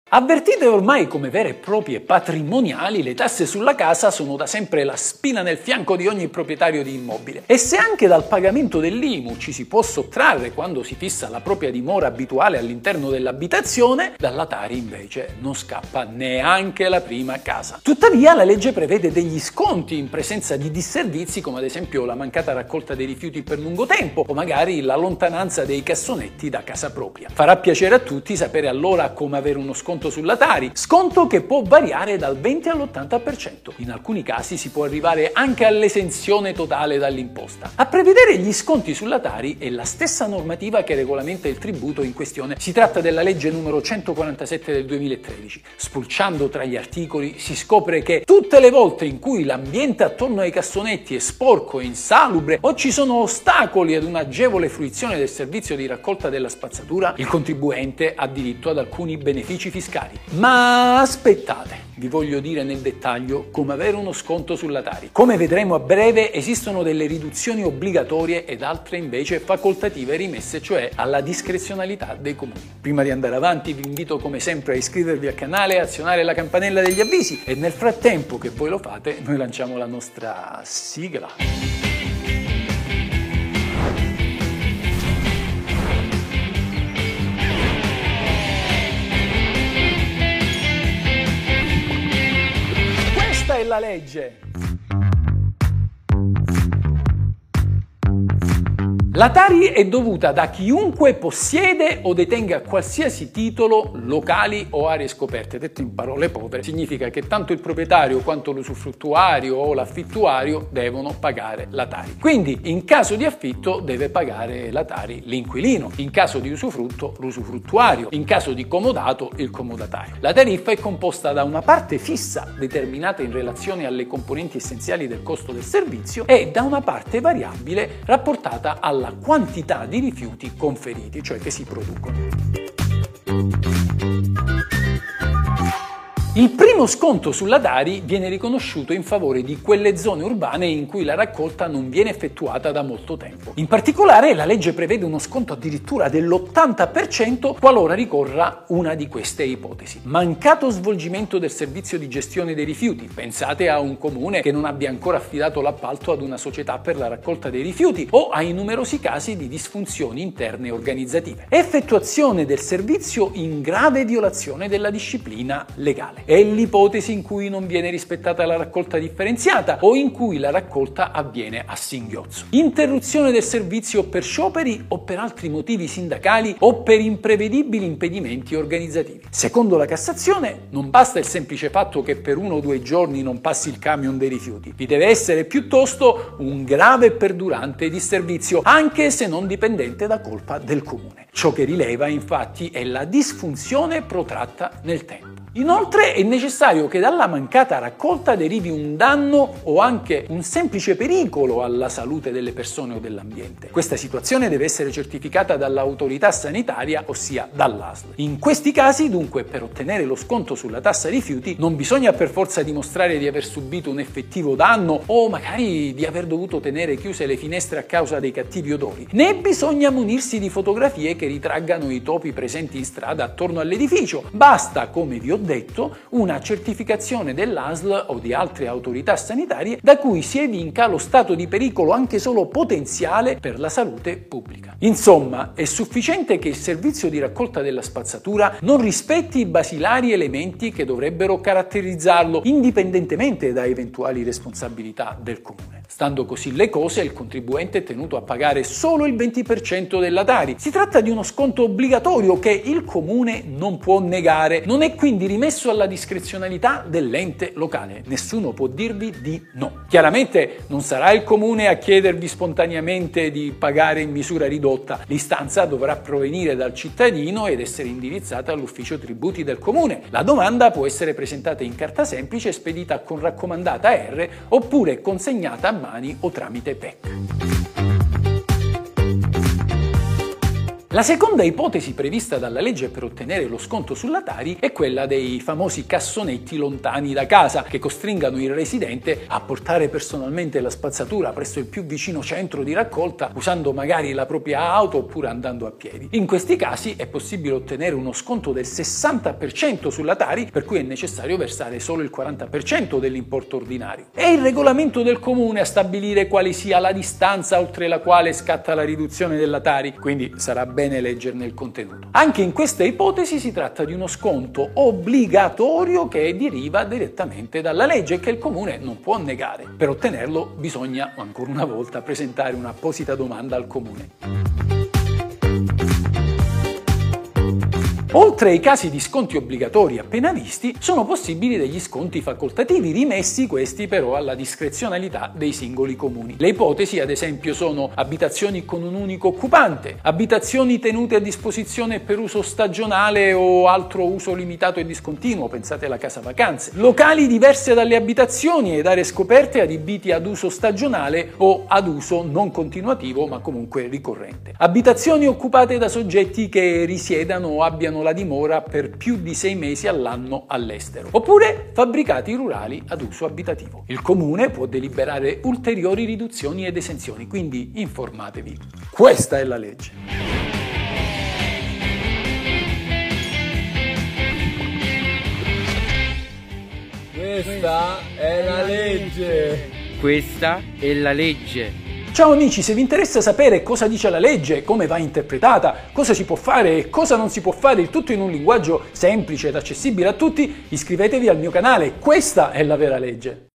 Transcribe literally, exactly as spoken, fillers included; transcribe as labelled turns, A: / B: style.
A: Avvertite ormai come vere e proprie patrimoniali, le tasse sulla casa sono da sempre la spina nel fianco di ogni proprietario di immobile. E se anche dal pagamento dell'I M U ci si può sottrarre quando si fissa la propria dimora abituale all'interno dell'abitazione, dalla Tari invece non scappa neanche la prima casa. Tuttavia la legge prevede degli sconti in presenza di disservizi, come ad esempio la mancata raccolta dei rifiuti per lungo tempo o magari la lontananza dei cassonetti da casa propria. Farà piacere a tutti sapere allora come avere uno sconto sulla Tari, sconto che può variare dal venti all'ottanta per cento. In alcuni casi si può arrivare anche all'esenzione totale dall'imposta. A prevedere gli sconti sulla Tari è la stessa normativa che regolamenta il tributo in questione. Si tratta della legge numero centoquarantasette del duemilatredici. Spulciando tra gli articoli si scopre che tutte le volte in cui l'ambiente attorno ai cassonetti è sporco e insalubre o ci sono ostacoli ad un'agevole fruizione del servizio di raccolta della spazzatura, il contribuente ha diritto ad alcuni benefici fiscali. Ma aspettate, vi voglio dire nel dettaglio come avere uno sconto sulla Tari. Come vedremo a breve, esistono delle riduzioni obbligatorie ed altre invece facoltative rimesse cioè alla discrezionalità dei comuni. Prima di andare avanti vi invito come sempre a iscrivervi al canale e azionare la campanella degli avvisi e nel frattempo che voi lo fate noi lanciamo la nostra sigla. Questa è la legge! La Tari è dovuta da chiunque possiede o detenga qualsiasi titolo, locali o aree scoperte. Detto in parole povere, significa che tanto il proprietario quanto l'usufruttuario o l'affittuario devono pagare la Tari. Quindi, in caso di affitto deve pagare la Tari l'inquilino, in caso di usufrutto l'usufruttuario, in caso di comodato il comodatario. La tariffa è composta da una parte fissa, determinata in relazione alle componenti essenziali del costo del servizio, e da una parte variabile rapportata alla la quantità di rifiuti conferiti, cioè che si producono. Il primo sconto sulla Tari viene riconosciuto in favore di quelle zone urbane in cui la raccolta non viene effettuata da molto tempo. In particolare la legge prevede uno sconto addirittura dell'ottanta per cento qualora ricorra una di queste ipotesi. Mancato svolgimento del servizio di gestione dei rifiuti. Pensate a un comune che non abbia ancora affidato l'appalto ad una società per la raccolta dei rifiuti o ai numerosi casi di disfunzioni interne organizzative. Effettuazione del servizio in grave violazione della disciplina legale. È l'ipotesi in cui non viene rispettata la raccolta differenziata o in cui la raccolta avviene a singhiozzo. Interruzione del servizio per scioperi o per altri motivi sindacali o per imprevedibili impedimenti organizzativi. Secondo la Cassazione non basta il semplice fatto che per uno o due giorni non passi il camion dei rifiuti, vi deve essere piuttosto un grave e perdurante disservizio, anche se non dipendente da colpa del comune. Ciò che rileva infatti è la disfunzione protratta nel tempo. Inoltre è necessario che dalla mancata raccolta derivi un danno o anche un semplice pericolo alla salute delle persone o dell'ambiente. Questa situazione deve essere certificata dall'autorità sanitaria, ossia dall'A S L. In questi casi, dunque, per ottenere lo sconto sulla tassa rifiuti non bisogna per forza dimostrare di aver subito un effettivo danno o magari di aver dovuto tenere chiuse le finestre a causa dei cattivi odori, né bisogna munirsi di fotografie che ritraggano i topi presenti in strada attorno all'edificio. Basta, come vi ho detto, una certificazione dell'A S L o di altre autorità sanitarie da cui si evinca lo stato di pericolo anche solo potenziale per la salute pubblica. Insomma, è sufficiente che il servizio di raccolta della spazzatura non rispetti i basilari elementi che dovrebbero caratterizzarlo, indipendentemente da eventuali responsabilità del comune. Stando così le cose, il contribuente è tenuto a pagare solo il venti per cento della Tari. Si tratta di uno sconto obbligatorio che il comune non può negare, non è quindi rimesso alla discrezionalità dell'ente locale. Nessuno può dirvi di no. Chiaramente non sarà il comune a chiedervi spontaneamente di pagare in misura ridotta. L'istanza dovrà provenire dal cittadino ed essere indirizzata all'ufficio tributi del comune. La domanda può essere presentata in carta semplice, spedita con raccomandata R oppure consegnata a mani o tramite P E C. La seconda ipotesi prevista dalla legge per ottenere lo sconto sulla Tari è quella dei famosi cassonetti lontani da casa, che costringano il residente a portare personalmente la spazzatura presso il più vicino centro di raccolta, usando magari la propria auto oppure andando a piedi. In questi casi è possibile ottenere uno sconto del sessanta per cento sulla Tari, per cui è necessario versare solo il quaranta per cento dell'importo ordinario. È il regolamento del comune a stabilire quale sia la distanza oltre la quale scatta la riduzione della Tari, quindi sarà bene leggerne il contenuto. Anche in questa ipotesi si tratta di uno sconto obbligatorio che deriva direttamente dalla legge e che il comune non può negare. Per ottenerlo bisogna, ancora una volta, presentare un'apposita domanda al comune. Oltre ai casi di sconti obbligatori appena visti, sono possibili degli sconti facoltativi, rimessi questi però alla discrezionalità dei singoli comuni. Le ipotesi, ad esempio, sono abitazioni con un unico occupante, abitazioni tenute a disposizione per uso stagionale o altro uso limitato e discontinuo, pensate alla casa vacanze, locali diverse dalle abitazioni ed aree scoperte adibiti ad uso stagionale o ad uso non continuativo ma comunque ricorrente, abitazioni occupate da soggetti che risiedano o abbiano la dimora per più di sei mesi all'anno all'estero, oppure fabbricati rurali ad uso abitativo. Il comune può deliberare ulteriori riduzioni ed esenzioni, quindi informatevi. Questa è la legge.
B: Questa è la legge.
C: Questa è la legge.
A: Ciao amici, se vi interessa sapere cosa dice la legge, come va interpretata, cosa si può fare e cosa non si può fare, il tutto in un linguaggio semplice ed accessibile a tutti, iscrivetevi al mio canale. Questa è la vera legge.